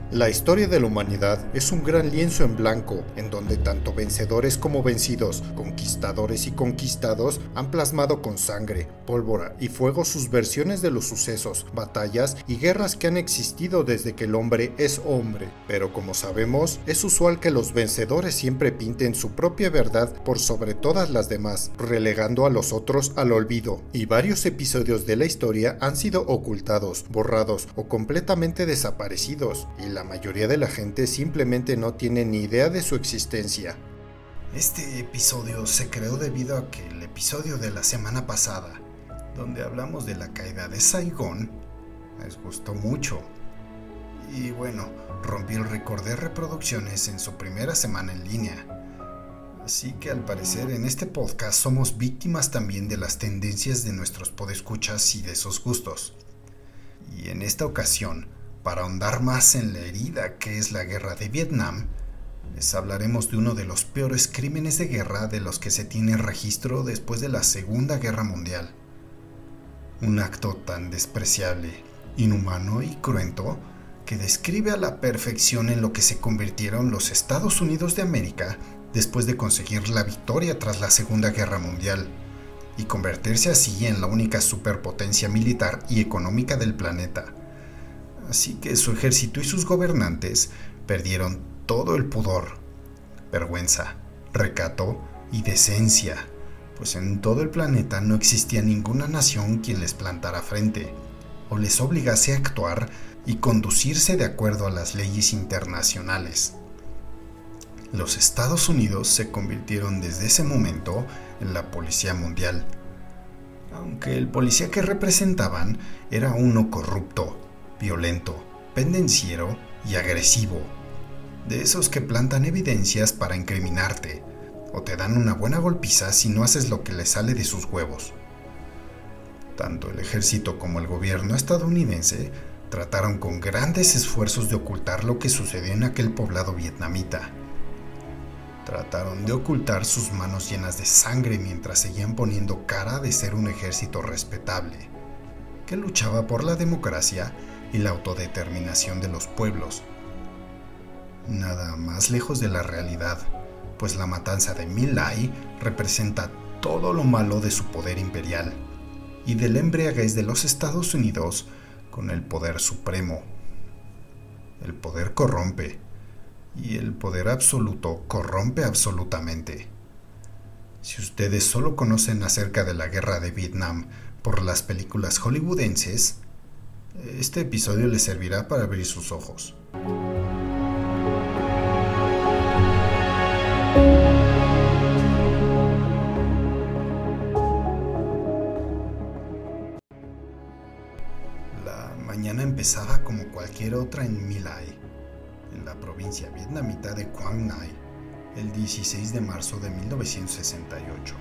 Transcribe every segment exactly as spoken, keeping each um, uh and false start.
La historia de la humanidad es un gran lienzo en blanco, en donde tanto vencedores como vencidos, conquistadores y conquistados han plasmado con sangre, pólvora y fuego sus versiones de los sucesos, batallas y guerras que han existido desde que el hombre es hombre. Pero como sabemos, es usual que los vencedores siempre pinten su propia verdad por sobre todas las demás, relegando a los otros al olvido, y varios episodios de la historia han sido ocultados, borrados o completamente desaparecidos, y la La mayoría de la gente simplemente no tiene ni idea de su existencia. Este episodio se creó debido a que el episodio de la semana pasada, donde hablamos de la caída de Saigón, les gustó mucho. Y bueno, rompió el récord de reproducciones en su primera semana en línea. Así que al parecer en este podcast somos víctimas también de las tendencias de nuestros podescuchas y de sus gustos. Y en esta ocasión, para ahondar más en la herida que es la guerra de Vietnam, les hablaremos de uno de los peores crímenes de guerra de los que se tiene registro después de la Segunda Guerra Mundial. Un acto tan despreciable, inhumano y cruento que describe a la perfección en lo que se convirtieron los Estados Unidos de América después de conseguir la victoria tras la Segunda Guerra Mundial y convertirse así en la única superpotencia militar y económica del planeta. Así que su ejército y sus gobernantes perdieron todo el pudor, vergüenza, recato y decencia, pues en todo el planeta no existía ninguna nación quien les plantara frente o les obligase a actuar y conducirse de acuerdo a las leyes internacionales. Los Estados Unidos se convirtieron desde ese momento en la policía mundial, aunque el policía que representaban era uno corrupto, violento, pendenciero y agresivo, de esos que plantan evidencias para incriminarte o te dan una buena golpiza si no haces lo que les sale de sus huevos. Tanto el ejército como el gobierno estadounidense trataron con grandes esfuerzos de ocultar lo que sucedió en aquel poblado vietnamita. Trataron de ocultar sus manos llenas de sangre mientras seguían poniendo cara de ser un ejército respetable, que luchaba por la democracia y la autodeterminación de los pueblos. Nada más lejos de la realidad, pues la matanza de My Lai representa todo lo malo de su poder imperial y del embriaguez de los Estados Unidos con el poder supremo. El poder corrompe, y el poder absoluto corrompe absolutamente. Si ustedes solo conocen acerca de la guerra de Vietnam por las películas hollywoodenses, este episodio les servirá para abrir sus ojos. La mañana empezaba como cualquier otra en My Lai, en la provincia vietnamita de Quang Ngai, el dieciséis de marzo de mil novecientos sesenta y ocho.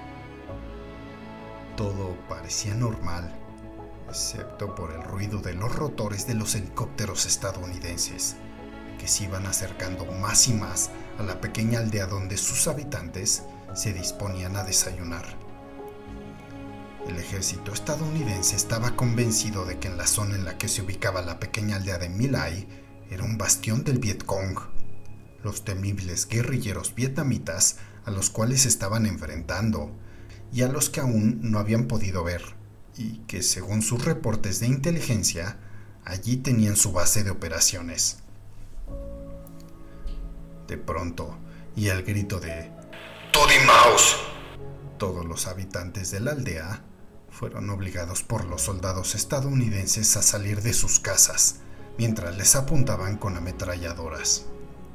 Todo parecía normal, excepto por el ruido de los rotores de los helicópteros estadounidenses, que se iban acercando más y más a la pequeña aldea donde sus habitantes se disponían a desayunar. El ejército estadounidense estaba convencido de que en la zona en la que se ubicaba la pequeña aldea de My Lai era un bastión del Vietcong, los temibles guerrilleros vietnamitas a los cuales se estaban enfrentando y a los que aún no habían podido ver, y que según sus reportes de inteligencia, allí tenían su base de operaciones. De pronto, y al grito de ¡Toddy Mouse!, todos los habitantes de la aldea fueron obligados por los soldados estadounidenses a salir de sus casas, mientras les apuntaban con ametralladoras.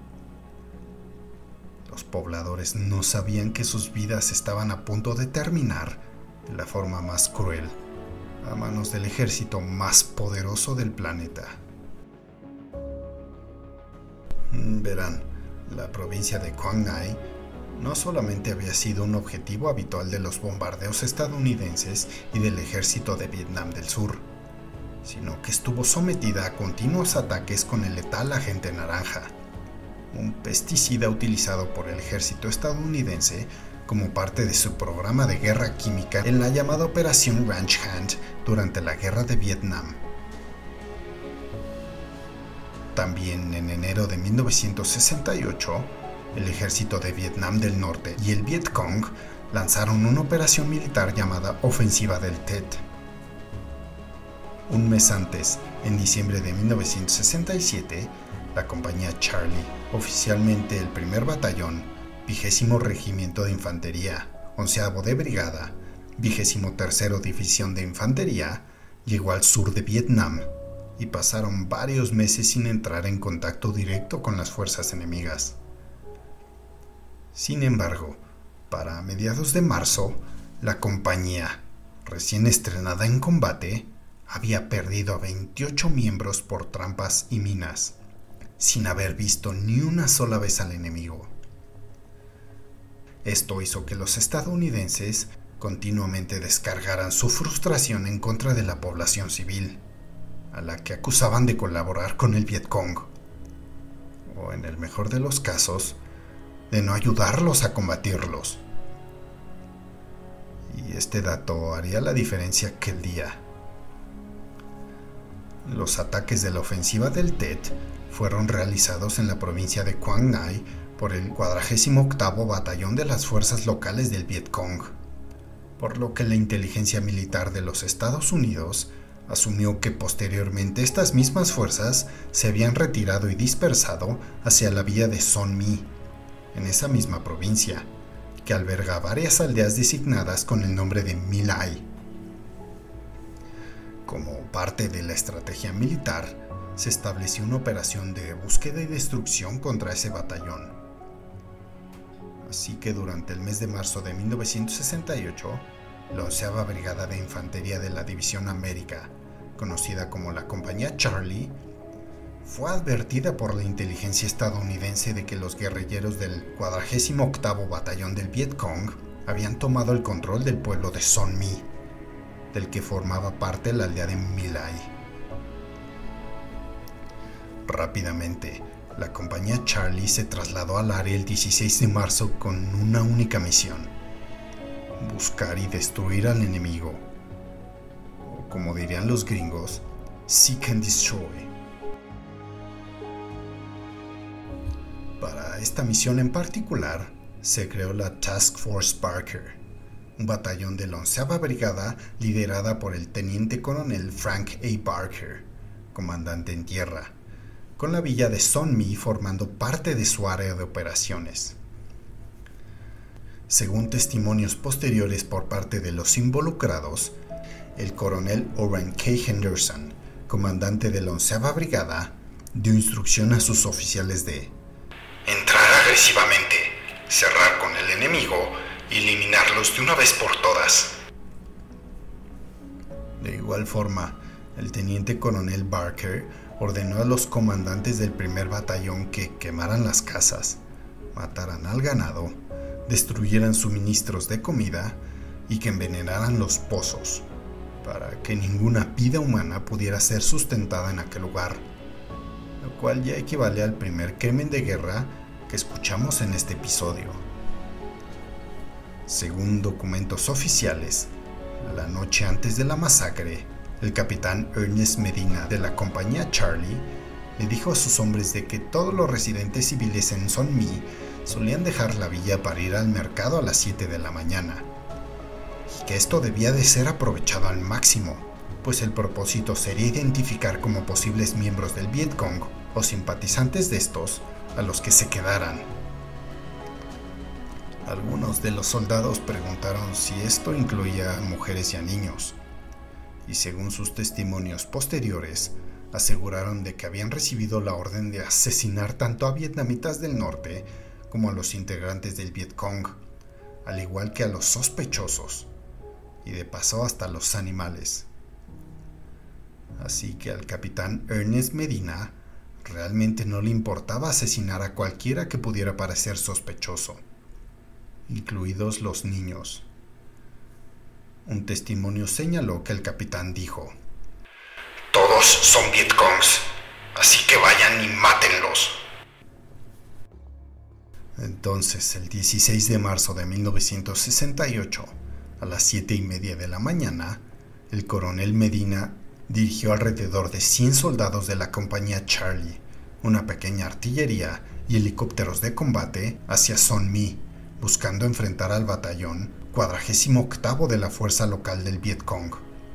Los pobladores no sabían que sus vidas estaban a punto de terminar de la forma más cruel, a manos del ejército más poderoso del planeta. Verán, la provincia de Quang Ngai no solamente había sido un objetivo habitual de los bombardeos estadounidenses y del ejército de Vietnam del Sur, sino que estuvo sometida a continuos ataques con el letal agente naranja, un pesticida utilizado por el ejército estadounidense como parte de su programa de guerra química en la llamada Operación Ranch Hand durante la Guerra de Vietnam. También en enero de mil novecientos sesenta y ocho, el ejército de Vietnam del Norte y el Viet Cong lanzaron una operación militar llamada Ofensiva del Tet. Un mes antes, en diciembre de mil novecientos sesenta y siete, la compañía Charlie, oficialmente el primer batallón, vigésimo regimiento de infantería, onceavo de brigada, vigésimo tercero división de infantería, llegó al sur de Vietnam y pasaron varios meses sin entrar en contacto directo con las fuerzas enemigas. Sin embargo, para mediados de marzo, la compañía, recién estrenada en combate, había perdido a veintiocho miembros por trampas y minas, sin haber visto ni una sola vez al enemigo. Esto hizo que los estadounidenses continuamente descargaran su frustración en contra de la población civil, a la que acusaban de colaborar con el Viet Cong, o en el mejor de los casos, de no ayudarlos a combatirlos. Y este dato haría la diferencia aquel día. Los ataques de la ofensiva del Tet fueron realizados en la provincia de Quang Ngai por el cuadragésimo octavo Batallón de las Fuerzas Locales del Viet Cong, por lo que la inteligencia militar de los Estados Unidos asumió que posteriormente estas mismas fuerzas se habían retirado y dispersado hacia la villa de Son Mi, en esa misma provincia, que alberga varias aldeas designadas con el nombre de My Lai. Como parte de la estrategia militar, se estableció una operación de búsqueda y destrucción contra ese batallón. Así que durante el mes de marzo de mil novecientos sesenta y ocho, la onceava Brigada de Infantería de la División América, conocida como la Compañía Charlie, fue advertida por la inteligencia estadounidense de que los guerrilleros del cuadragésimo octavo Batallón del Viet Cong habían tomado el control del pueblo de Son Mi, del que formaba parte la aldea de My Lai. Rápidamente, la compañía Charlie se trasladó al área el dieciséis de marzo con una única misión: buscar y destruir al enemigo, o como dirían los gringos, seek and destroy. Para esta misión en particular, se creó la Task Force Barker, un batallón de la onceava Brigada liderada por el teniente coronel Frank A. Barker, comandante en tierra, con la villa de Son Mi formando parte de su área de operaciones. Según testimonios posteriores por parte de los involucrados, el coronel Oren K. Henderson, comandante de la onceava Brigada, dio instrucción a sus oficiales de entrar agresivamente, cerrar con el enemigo y eliminarlos de una vez por todas. De igual forma, el teniente coronel Barker ordenó a los comandantes del primer batallón que quemaran las casas, mataran al ganado, destruyeran suministros de comida y que envenenaran los pozos, para que ninguna vida humana pudiera ser sustentada en aquel lugar, lo cual ya equivale al primer crimen de guerra que escuchamos en este episodio. Según documentos oficiales, la noche antes de la masacre, el capitán Ernest Medina de la compañía Charlie le dijo a sus hombres de que todos los residentes civiles en Son Mi solían dejar la villa para ir al mercado a las siete de la mañana, y que esto debía de ser aprovechado al máximo, pues el propósito sería identificar como posibles miembros del Viet Cong o simpatizantes de estos a los que se quedaran. Algunos de los soldados preguntaron si esto incluía a mujeres y a niños, y según sus testimonios posteriores, aseguraron de que habían recibido la orden de asesinar tanto a vietnamitas del norte como a los integrantes del Viet Cong, al igual que a los sospechosos, y de paso hasta los animales. Así que al capitán Ernest Medina realmente no le importaba asesinar a cualquiera que pudiera parecer sospechoso, incluidos los niños. Un testimonio señaló que el capitán dijo: todos son Viet Congs, así que vayan y mátenlos. Entonces, el dieciséis de marzo de mil novecientos sesenta y ocho, a las siete y media de la mañana, el coronel Medina dirigió alrededor de cien soldados de la compañía Charlie una pequeña artillería y helicópteros de combate hacia Son My, buscando enfrentar al batallón cuadragésimo octavo de la fuerza local del Vietcong.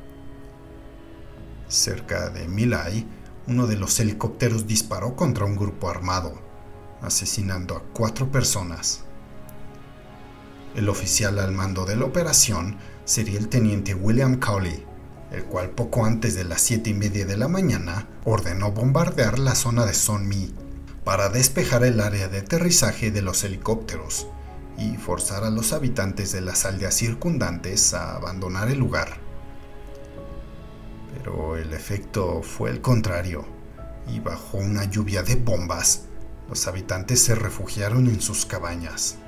Cerca de My Lai, uno de los helicópteros disparó contra un grupo armado, asesinando a cuatro personas. El oficial al mando de la operación sería el teniente William Cawley, el cual poco antes de las siete y media de la mañana ordenó bombardear la zona de Son My para despejar el área de aterrizaje de los helicópteros y forzar a los habitantes de las aldeas circundantes a abandonar el lugar. Pero el efecto fue el contrario, y bajo una lluvia de bombas, los habitantes se refugiaron en sus cabañas.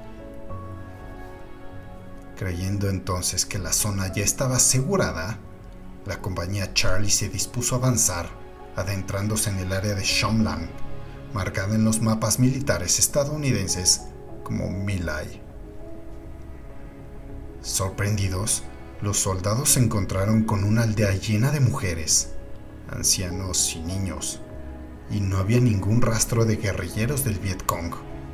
Creyendo entonces que la zona ya estaba asegurada, la compañía Charlie se dispuso a avanzar, adentrándose en el área de Shom Lang, marcada en los mapas militares estadounidenses como My Lai. Sorprendidos, los soldados se encontraron con una aldea llena de mujeres, ancianos y niños, y no había ningún rastro de guerrilleros del Vietcong.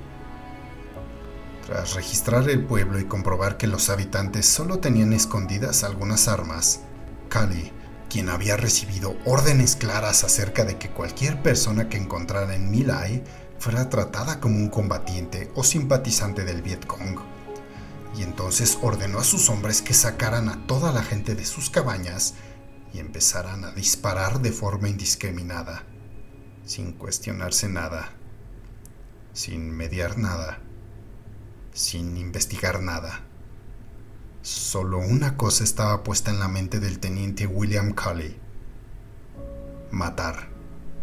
Tras registrar el pueblo y comprobar que los habitantes solo tenían escondidas algunas armas, Cawley, quien había recibido órdenes claras acerca de que cualquier persona que encontrara en My Lai fuera tratada como un combatiente o simpatizante del Vietcong, y entonces ordenó a sus hombres que sacaran a toda la gente de sus cabañas y empezaran a disparar de forma indiscriminada, sin cuestionarse nada, sin mediar nada, sin investigar nada. Solo una cosa estaba puesta en la mente del teniente William Cawley: matar.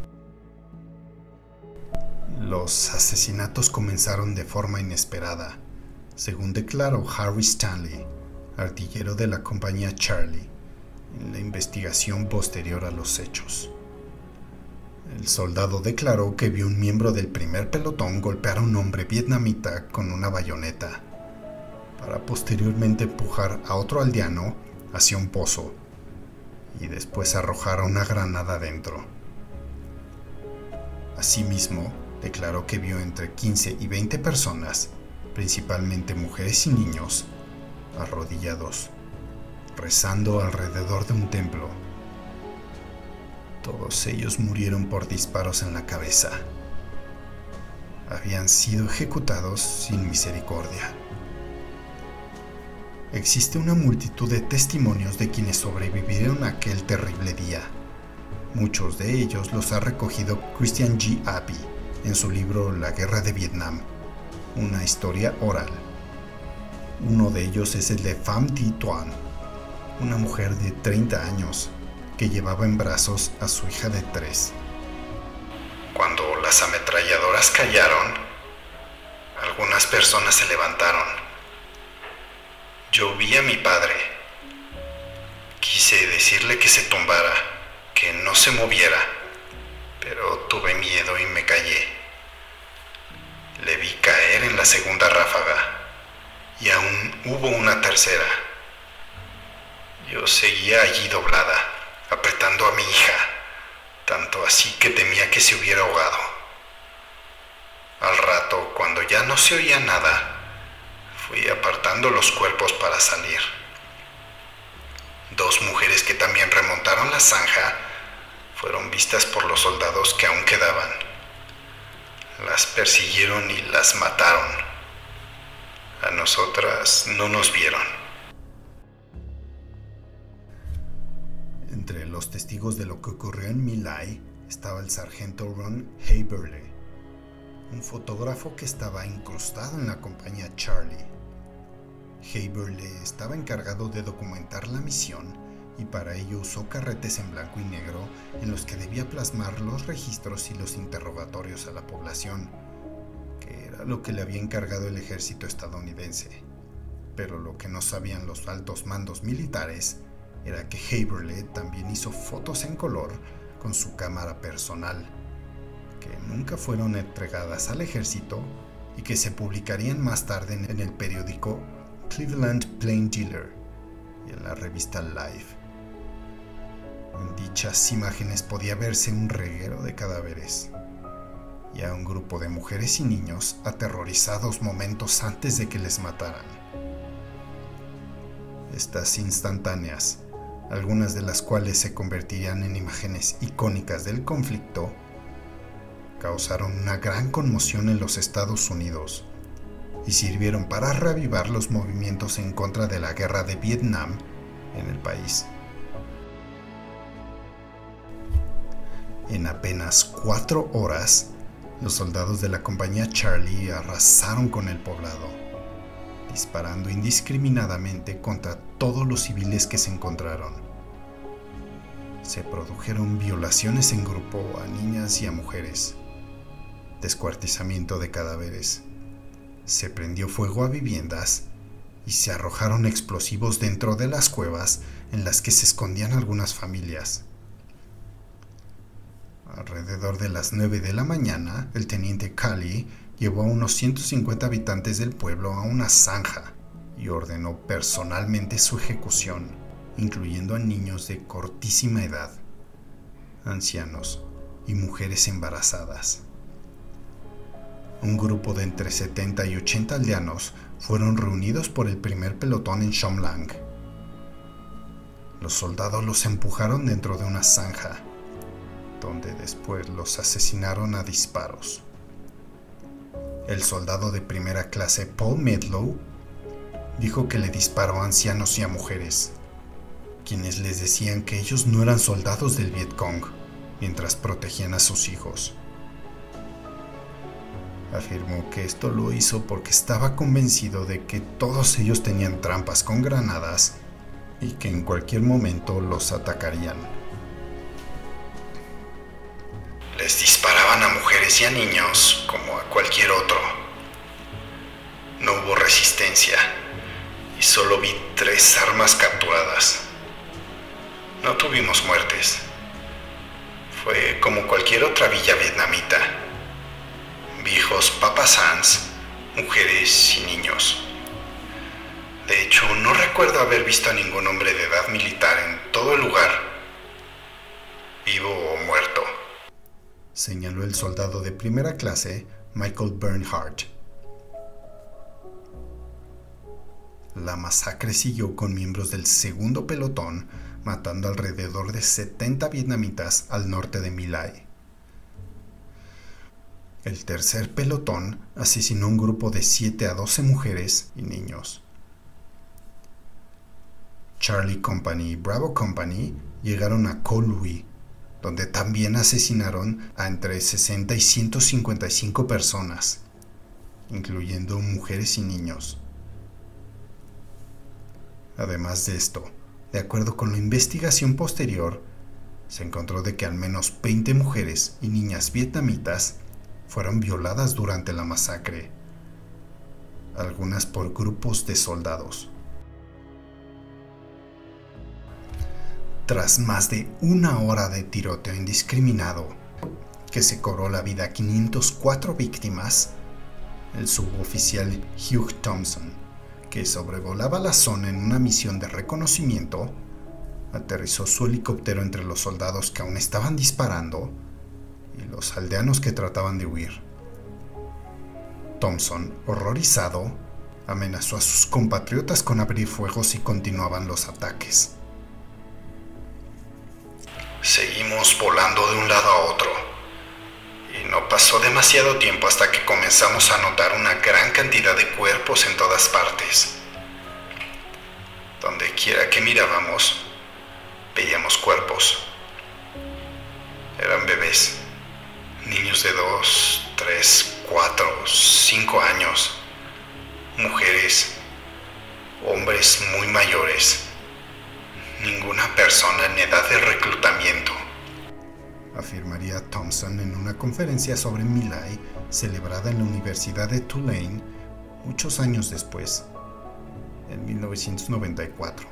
Los asesinatos comenzaron de forma inesperada, según declaró Harry Stanley, artillero de la compañía Charlie, en la investigación posterior a los hechos. El soldado declaró que vio un miembro del primer pelotón golpear a un hombre vietnamita con una bayoneta, para posteriormente empujar a otro aldeano hacia un pozo y después arrojar una granada dentro. Asimismo, declaró que vio entre quince y veinte personas, principalmente mujeres y niños, arrodillados, rezando alrededor de un templo. Todos ellos murieron por disparos en la cabeza. Habían sido ejecutados sin misericordia. Existe una multitud de testimonios de quienes sobrevivieron a aquel terrible día. Muchos de ellos los ha recogido Christian G. Abbey en su libro La Guerra de Vietnam, una historia oral. Uno de ellos es el de Pham Thi Tuan, una mujer de treinta años que llevaba en brazos a su hija de tres. Cuando las ametralladoras callaron, algunas personas se levantaron. Yo vi a mi padre. Quise decirle que se tumbara, que no se moviera, pero tuve miedo y me callé. Le vi caer en la segunda ráfaga y aún hubo una tercera. Yo seguía allí doblada, apretando a mi hija, tanto así que temía que se hubiera ahogado. Al rato, cuando ya no se oía nada, fui apartando los cuerpos para salir. Dos mujeres que también remontaron la zanja fueron vistas por los soldados que aún quedaban. Las persiguieron y las mataron. A nosotras no nos vieron. Entre los testigos de lo que ocurrió en My Lai estaba el sargento Ron Haeberle, un fotógrafo que estaba incrustado en la compañía Charlie. Haeberle estaba encargado de documentar la misión y para ello usó carretes en blanco y negro en los que debía plasmar los registros y los interrogatorios a la población, que era lo que le había encargado el ejército estadounidense. Pero lo que no sabían los altos mandos militares era que Haeberle también hizo fotos en color con su cámara personal, que nunca fueron entregadas al ejército y que se publicarían más tarde en el periódico Cleveland Plain Dealer y en la revista Life. En dichas imágenes podía verse un reguero de cadáveres, y a un grupo de mujeres y niños aterrorizados momentos antes de que les mataran. Estas instantáneas, algunas de las cuales se convertirían en imágenes icónicas del conflicto, causaron una gran conmoción en los Estados Unidos y sirvieron para reavivar los movimientos en contra de la guerra de Vietnam en el país. En apenas cuatro horas, los soldados de la compañía Charlie arrasaron con el poblado, disparando indiscriminadamente contra todos los civiles que se encontraron. Se produjeron violaciones en grupo a niñas y a mujeres, descuartizamiento de cadáveres, se prendió fuego a viviendas y se arrojaron explosivos dentro de las cuevas en las que se escondían algunas familias. Alrededor de las nueve de la mañana, el teniente Calley llevó a unos ciento cincuenta habitantes del pueblo a una zanja y ordenó personalmente su ejecución, incluyendo a niños de cortísima edad, ancianos y mujeres embarazadas. Un grupo de entre setenta y ochenta aldeanos fueron reunidos por el primer pelotón en Shomlang. Los soldados los empujaron dentro de una zanja, donde después los asesinaron a disparos. El soldado de primera clase Paul Medlow dijo que le disparó a ancianos y a mujeres, quienes les decían que ellos no eran soldados del Vietcong mientras protegían a sus hijos. Afirmó que esto lo hizo porque estaba convencido de que todos ellos tenían trampas con granadas y que en cualquier momento los atacarían. Les disparaban a mujeres y a niños como a cualquier otro. No hubo resistencia y solo vi tres armas capturadas. No tuvimos muertes. Fue como cualquier otra villa vietnamita. Viejos papasans, mujeres y niños. De hecho, no recuerdo haber visto a ningún hombre de edad militar en todo el lugar, vivo o muerto, señaló el soldado de primera clase Michael Bernhardt. La masacre siguió con miembros del segundo pelotón matando alrededor de setenta vietnamitas al norte de My Lai. El tercer pelotón asesinó a un grupo de siete a doce mujeres y niños. Charlie Company y Bravo Company llegaron a Ko Lui, donde también asesinaron a entre sesenta y ciento cincuenta y cinco personas, incluyendo mujeres y niños. Además de esto, de acuerdo con la investigación posterior, se encontró de que al menos veinte mujeres y niñas vietnamitas fueron violadas durante la masacre, algunas por grupos de soldados. Tras más de una hora de tiroteo indiscriminado, que se cobró la vida a quinientas cuatro víctimas, el suboficial Hugh Thompson, que sobrevolaba la zona en una misión de reconocimiento, aterrizó su helicóptero entre los soldados que aún estaban disparando y los aldeanos que trataban de huir. Thompson, horrorizado, amenazó a sus compatriotas con abrir fuego si continuaban los ataques. Seguimos volando de un lado a otro, y no pasó demasiado tiempo hasta que comenzamos a notar una gran cantidad de cuerpos en todas partes. Donde quiera que mirábamos, veíamos cuerpos. Eran bebés, niños de dos, tres, cuatro, cinco años, mujeres, hombres muy mayores. Ninguna persona en edad de reclutamiento, afirmaría Thompson en una conferencia sobre My Lai celebrada en la Universidad de Tulane muchos años después, en mil novecientos noventa y cuatro.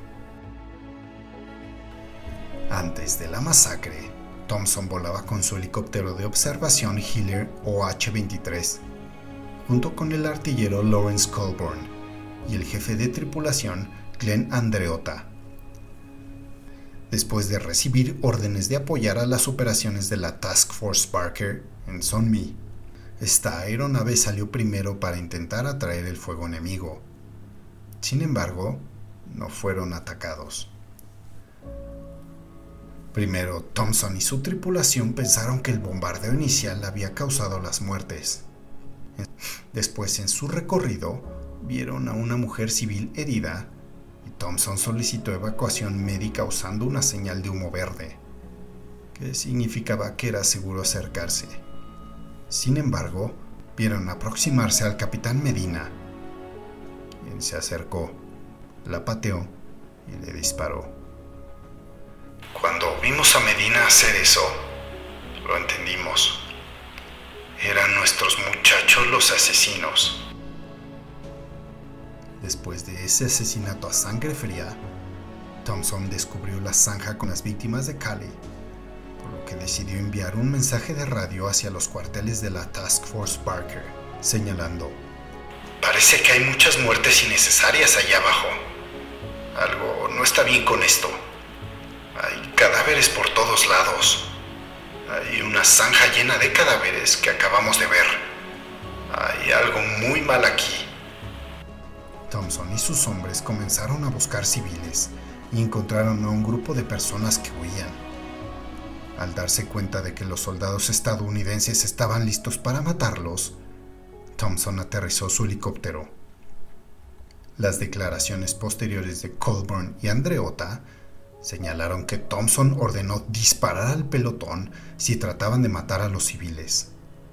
Antes de la masacre, Thompson volaba con su helicóptero de observación Hiller O H veintitrés, junto con el artillero Lawrence Colburn y el jefe de tripulación Glenn Andreotta. Después de recibir órdenes de apoyar a las operaciones de la Task Force Barker en Son My, esta aeronave salió primero para intentar atraer el fuego enemigo. Sin embargo, no fueron atacados. Primero, Thompson y su tripulación pensaron que el bombardeo inicial había causado las muertes. Después, en su recorrido, vieron a una mujer civil herida y Thompson solicitó evacuación médica usando una señal de humo verde, que significaba que era seguro acercarse. Sin embargo, vieron aproximarse al capitán Medina, quien se acercó, la pateó y le disparó. Cuando vimos a Medina hacer eso, lo entendimos. Eran nuestros muchachos los asesinos. Después de ese asesinato a sangre fría, Thompson descubrió la zanja con las víctimas de Cali, por lo que decidió enviar un mensaje de radio hacia los cuarteles de la Task Force Barker, señalando: parece que hay muchas muertes innecesarias allá abajo. Algo no está bien con esto. Hay cadáveres por todos lados. Hay una zanja llena de cadáveres que acabamos de ver. Hay algo muy mal aquí. Thompson y sus hombres comenzaron a buscar civiles y encontraron a un grupo de personas que huían. Al darse cuenta de que los soldados estadounidenses estaban listos para matarlos, Thompson aterrizó su helicóptero. Las declaraciones posteriores de Colburn y Andreotta señalaron que Thompson ordenó disparar al pelotón si trataban de matar a los civiles.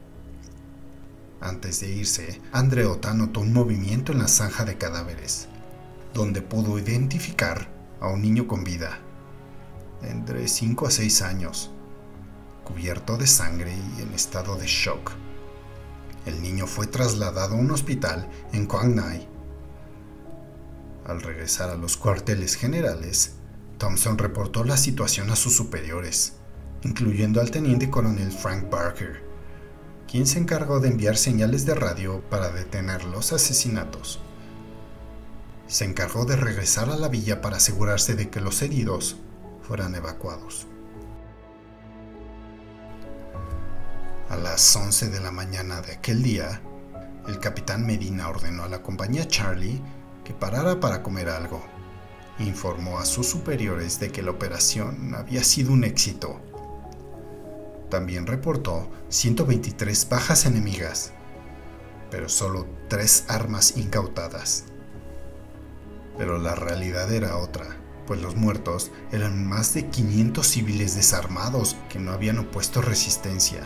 Antes de irse, Andreotta notó un movimiento en la zanja de cadáveres, donde pudo identificar a un niño con vida, entre cinco a seis años, cubierto de sangre y en estado de shock. El niño fue trasladado a un hospital en Quang Ngai. Al regresar a los cuarteles generales, Thompson reportó la situación a sus superiores, incluyendo al teniente coronel Frank Barker, quien se encargó de enviar señales de radio para detener los asesinatos. Se encargó de regresar a la villa para asegurarse de que los heridos fueran evacuados. A las once de la mañana de aquel día, el capitán Medina ordenó a la compañía Charlie que parara para comer algo. Informó a sus superiores de que la operación había sido un éxito. También reportó ciento veintitrés bajas enemigas, pero solo tres armas incautadas. Pero la realidad era otra, pues los muertos eran más de quinientos civiles desarmados que no habían opuesto resistencia.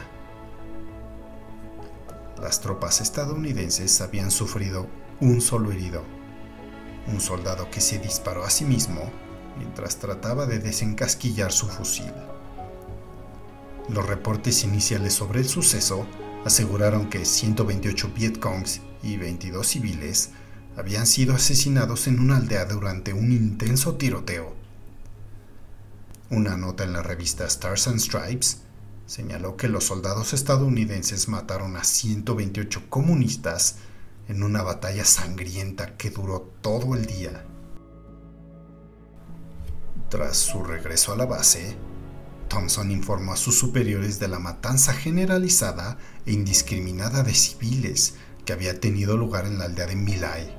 Las tropas estadounidenses habían sufrido un solo herido, un soldado que se disparó a sí mismo mientras trataba de desencasquillar su fusil. Los reportes iniciales sobre el suceso aseguraron que ciento veintiocho Vietcongs y veintidós civiles habían sido asesinados en una aldea durante un intenso tiroteo. Una nota en la revista Stars and Stripes señaló que los soldados estadounidenses mataron a ciento veintiocho comunistas en una batalla sangrienta que duró todo el día. Tras su regreso a la base, Thompson informó a sus superiores de la matanza generalizada e indiscriminada de civiles que había tenido lugar en la aldea de My Lai.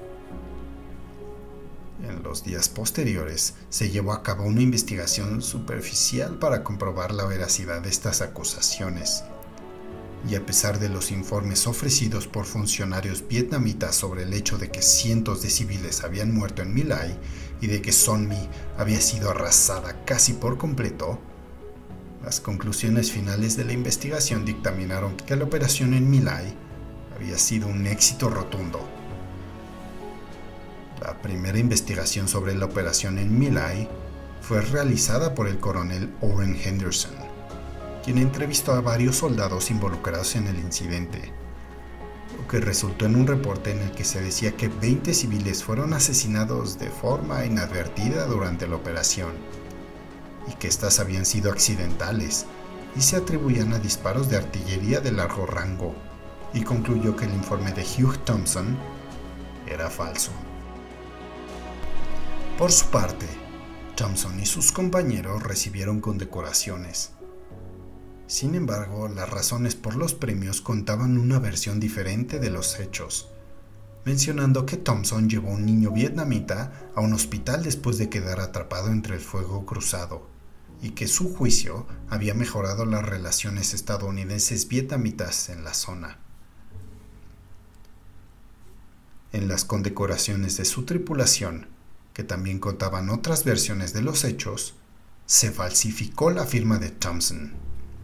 En los días posteriores se llevó a cabo una investigación superficial para comprobar la veracidad de estas acusaciones. Y a pesar de los informes ofrecidos por funcionarios vietnamitas sobre el hecho de que cientos de civiles habían muerto en My Lai y de que Son My había sido arrasada casi por completo, las conclusiones finales de la investigación dictaminaron que la operación en My Lai había sido un éxito rotundo. La primera investigación sobre la operación en My Lai fue realizada por el coronel Owen Henderson, quien entrevistó a varios soldados involucrados en el incidente, lo que resultó en un reporte en el que se decía que veinte civiles fueron asesinados de forma inadvertida durante la operación, y que éstas habían sido accidentales y se atribuían a disparos de artillería de largo rango, y concluyó que el informe de Hugh Thompson era falso. Por su parte, Thompson y sus compañeros recibieron condecoraciones. Sin embargo, las razones por los premios contaban una versión diferente de los hechos, mencionando que Thompson llevó a un niño vietnamita a un hospital después de quedar atrapado entre el fuego cruzado, y que su juicio había mejorado las relaciones estadounidenses-vietnamitas en la zona. En las condecoraciones de su tripulación, que también contaban otras versiones de los hechos, se falsificó la firma de Thompson.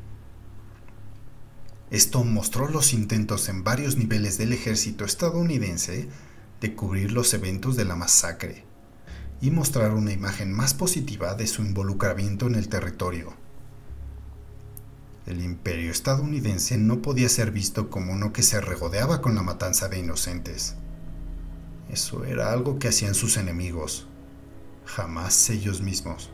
Esto mostró los intentos en varios niveles del ejército estadounidense de cubrir los eventos de la masacre y mostrar una imagen más positiva de su involucramiento en el territorio. El imperio estadounidense no podía ser visto como uno que se regodeaba con la matanza de inocentes. Eso era algo que hacían sus enemigos, jamás ellos mismos.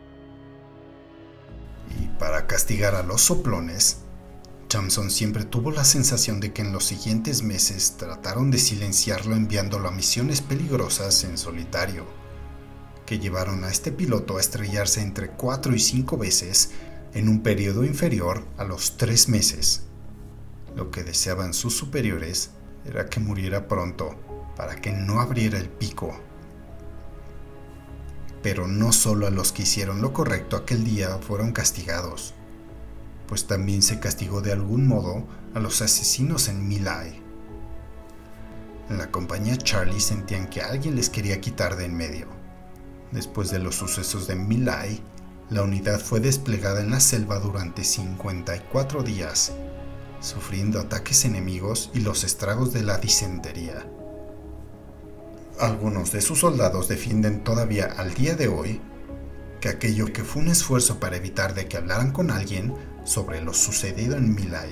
Y para castigar a los soplones, Thompson siempre tuvo la sensación de que en los siguientes meses trataron de silenciarlo enviándolo a misiones peligrosas en solitario, que llevaron a este piloto a estrellarse entre cuatro y cinco veces en un periodo inferior a los tres meses. Lo que deseaban sus superiores era que muriera pronto para que no abriera el pico. Pero no solo a los que hicieron lo correcto aquel día fueron castigados, pues también se castigó de algún modo a los asesinos en My Lai. En la compañía Charlie sentían que alguien les quería quitar de en medio. Después de los sucesos de My Lai, la unidad fue desplegada en la selva durante cincuenta y cuatro días, sufriendo ataques enemigos y los estragos de la disentería. Algunos de sus soldados defienden todavía al día de hoy que aquello que fue un esfuerzo para evitar de que hablaran con alguien sobre lo sucedido en My Lai.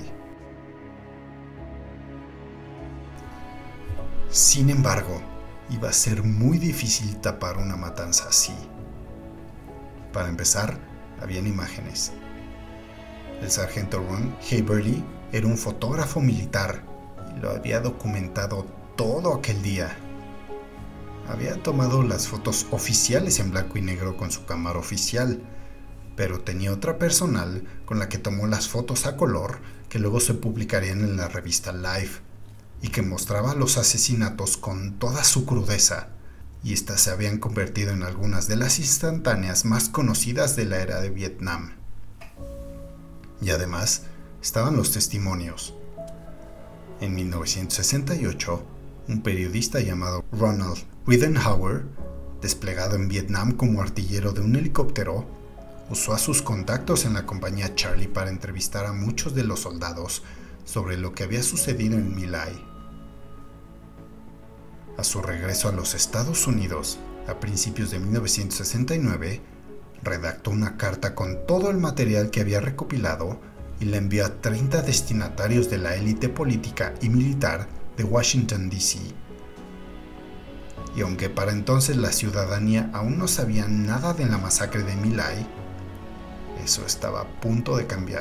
Sin embargo, iba a ser muy difícil tapar una matanza así. Para empezar, habían imágenes. El sargento Ron Haverly era un fotógrafo militar y lo había documentado todo aquel día. Había tomado las fotos oficiales en blanco y negro con su cámara oficial, pero tenía otra personal con la que tomó las fotos a color que luego se publicarían en la revista Life y que mostraba los asesinatos con toda su crudeza, y estas se habían convertido en algunas de las instantáneas más conocidas de la era de Vietnam. Y además estaban los testimonios. En mil novecientos sesenta y ocho, un periodista llamado Ronald Ridenhour, desplegado en Vietnam como artillero de un helicóptero, usó a sus contactos en la compañía Charlie para entrevistar a muchos de los soldados sobre lo que había sucedido en My Lai. A su regreso a los Estados Unidos, a principios de mil novecientos sesenta y nueve, redactó una carta con todo el material que había recopilado y la envió a treinta destinatarios de la élite política y militar de Washington, D C Y aunque para entonces la ciudadanía aún no sabía nada de la masacre de My Lai, eso estaba a punto de cambiar.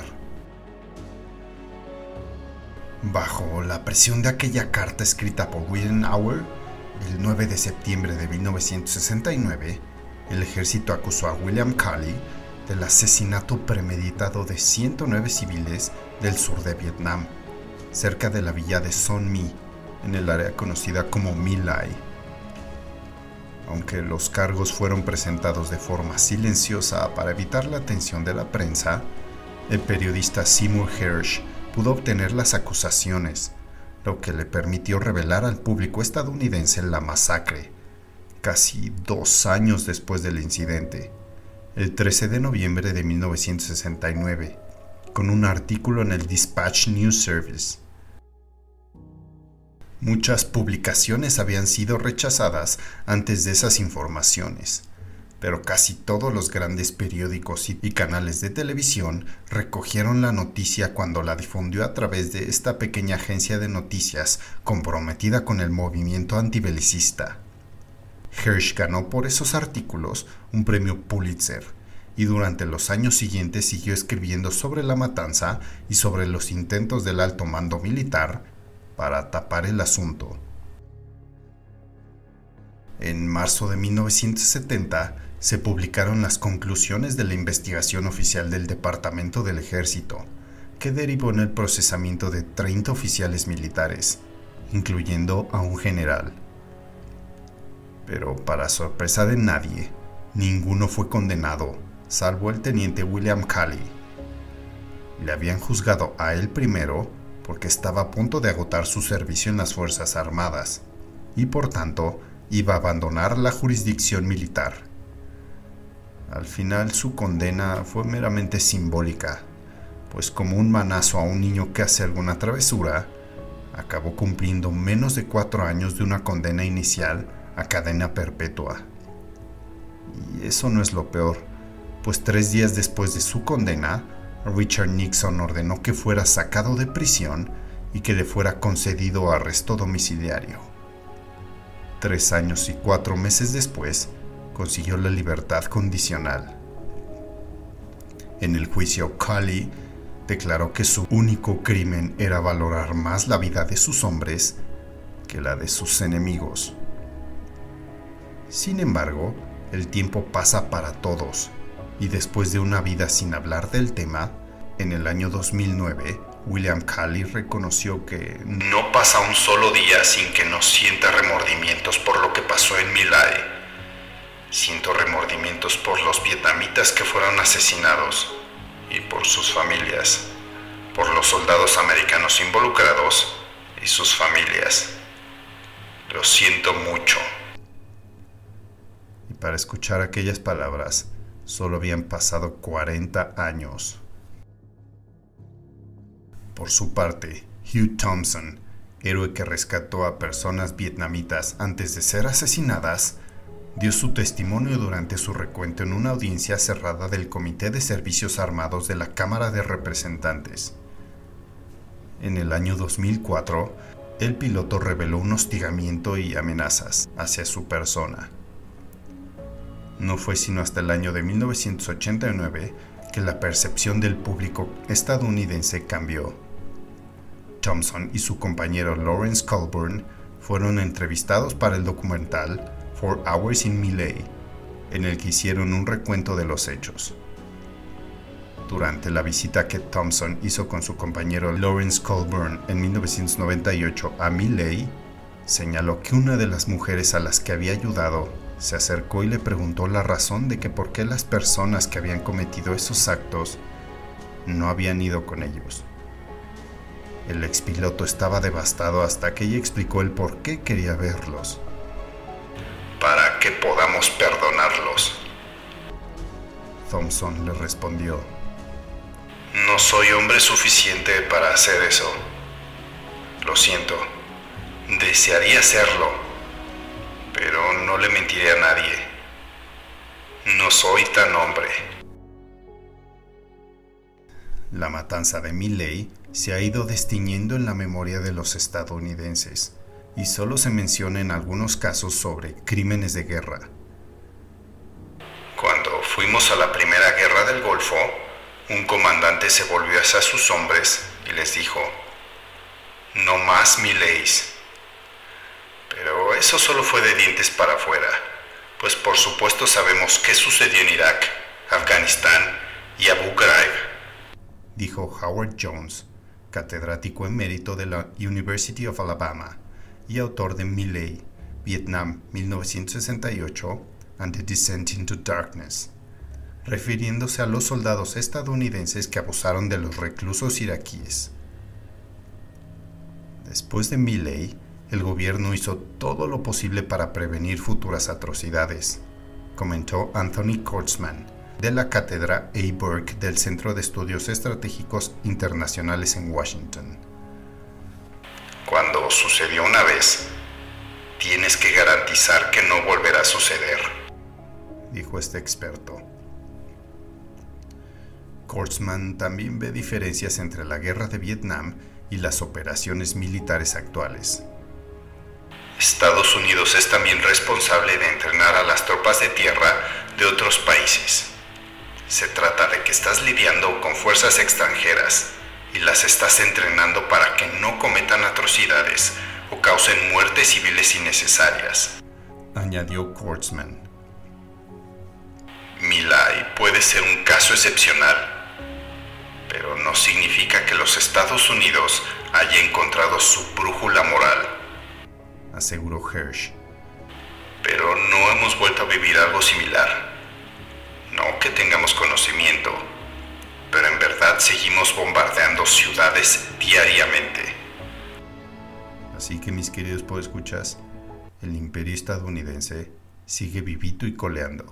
Bajo la presión de aquella carta escrita por Ridenhour, el nueve de septiembre de mil novecientos sesenta y nueve, el ejército acusó a William Calley del asesinato premeditado de ciento nueve civiles del sur de Vietnam, cerca de la villa de Son My, en el área conocida como My Lai. Aunque los cargos fueron presentados de forma silenciosa para evitar la atención de la prensa, el periodista Seymour Hersh pudo obtener las acusaciones, lo que le permitió revelar al público estadounidense la masacre, casi dos años después del incidente, el trece de noviembre de mil novecientos sesenta y nueve, con un artículo en el Dispatch News Service. Muchas publicaciones habían sido rechazadas antes de esas informaciones, pero casi todos los grandes periódicos y canales de televisión recogieron la noticia cuando la difundió a través de esta pequeña agencia de noticias comprometida con el movimiento antibelicista. Hersh ganó por esos artículos un premio Pulitzer y durante los años siguientes siguió escribiendo sobre la matanza y sobre los intentos del alto mando militar para tapar el asunto. En marzo de mil novecientos setenta se publicaron las conclusiones de la investigación oficial del Departamento del Ejército, que derivó en el procesamiento de treinta oficiales militares, incluyendo a un general. Pero para sorpresa de nadie, ninguno fue condenado, salvo el teniente William Calley. Le habían juzgado a él primero porque estaba a punto de agotar su servicio en las Fuerzas Armadas y por tanto iba a abandonar la jurisdicción militar. Al final su condena fue meramente simbólica, pues como un manazo a un niño que hace alguna travesura, acabó cumpliendo menos de cuatro años de una condena inicial a cadena perpetua. Y eso no es lo peor, pues tres días después de su condena, Richard Nixon ordenó que fuera sacado de prisión y que le fuera concedido arresto domiciliario. Tres años y cuatro meses después, consiguió la libertad condicional. En el juicio, Calley declaró que su único crimen era valorar más la vida de sus hombres que la de sus enemigos. Sin embargo, el tiempo pasa para todos, y después de una vida sin hablar del tema, en el año dos mil nueve, William Calley reconoció que no pasa un solo día sin que no sienta remordimientos por lo que pasó en My Lai. Siento remordimientos por los vietnamitas que fueron asesinados y por sus familias, por los soldados americanos involucrados y sus familias. Lo siento mucho. Y para escuchar aquellas palabras, solo habían pasado cuarenta años. Por su parte, Hugh Thompson, héroe que rescató a personas vietnamitas antes de ser asesinadas, dio su testimonio durante su recuento en una audiencia cerrada del Comité de Servicios Armados de la Cámara de Representantes. En el año dos mil cuatro, el piloto reveló un hostigamiento y amenazas hacia su persona. No fue sino hasta el año de mil novecientos ochenta y nueve que la percepción del público estadounidense cambió. Thompson y su compañero Lawrence Colburn fueron entrevistados para el documental Four Hours in My Lai, en el que hicieron un recuento de los hechos. Durante la visita que Thompson hizo con su compañero Lawrence Colburn en mil novecientos noventa y ocho a My Lai, señaló que una de las mujeres a las que había ayudado se acercó y le preguntó la razón de que por qué las personas que habían cometido esos actos no habían ido con ellos. El expiloto estaba devastado hasta que ella explicó el por qué quería verlos. Para que podamos perdonarlos. Thompson le respondió: no soy hombre suficiente para hacer eso. Lo siento. Desearía hacerlo, pero no le mentiré a nadie. No soy tan hombre. La matanza de My Lai se ha ido destiñendo en la memoria de los estadounidenses y solo se menciona en algunos casos sobre crímenes de guerra. Cuando fuimos a la primera guerra del Golfo, un comandante se volvió hacia sus hombres y les dijo: no más My Lais. Pero eso solo fue de dientes para afuera, pues por supuesto sabemos qué sucedió en Irak, Afganistán y Abu Ghraib, dijo Howard Jones, catedrático emérito de la University of Alabama y autor de My Lai, Vietnam mil novecientos sesenta y ocho and the Descent into Darkness, refiriéndose a los soldados estadounidenses que abusaron de los reclusos iraquíes. Después de My Lai, el gobierno hizo todo lo posible para prevenir futuras atrocidades, comentó Anthony Kurtzman, de la cátedra A. Burke del Centro de Estudios Estratégicos Internacionales en Washington. Cuando sucedió una vez, tienes que garantizar que no volverá a suceder, dijo este experto. Kurtzman también ve diferencias entre la guerra de Vietnam y las operaciones militares actuales. Estados Unidos es también responsable de entrenar a las tropas de tierra de otros países. Se trata de que estás lidiando con fuerzas extranjeras y las estás entrenando para que no cometan atrocidades o causen muertes civiles innecesarias, añadió Kurtzman. My Lai puede ser un caso excepcional, pero no significa que los Estados Unidos haya encontrado su brújula moral, aseguró Hersh. Pero no hemos vuelto a vivir algo similar. No que tengamos conocimiento, pero en verdad seguimos bombardeando ciudades diariamente. Así que, mis queridos podescuchas, el imperio estadounidense sigue vivito y coleando.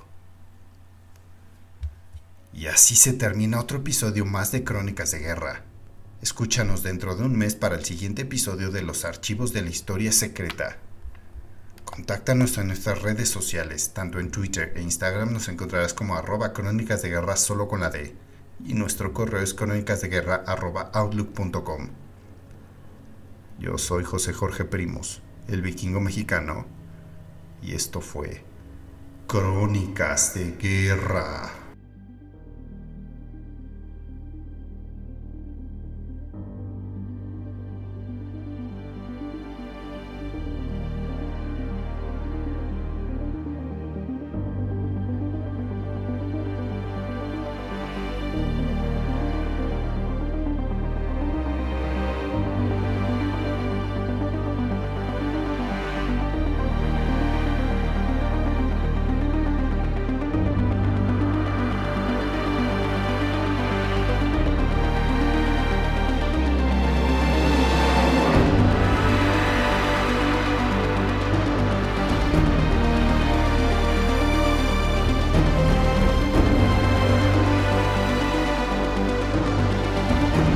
Y así se termina otro episodio más de Crónicas de Guerra. Escúchanos dentro de un mes para el siguiente episodio de Los Archivos de la Historia Secreta. Contáctanos en nuestras redes sociales, tanto en Twitter e Instagram nos encontrarás como arroba crónicas de guerra solo con la D, y nuestro correo es crónicasdeguerra arroba outlook punto com. Yo soy José Jorge Primos, el vikingo mexicano, y esto fue Crónicas de Guerra.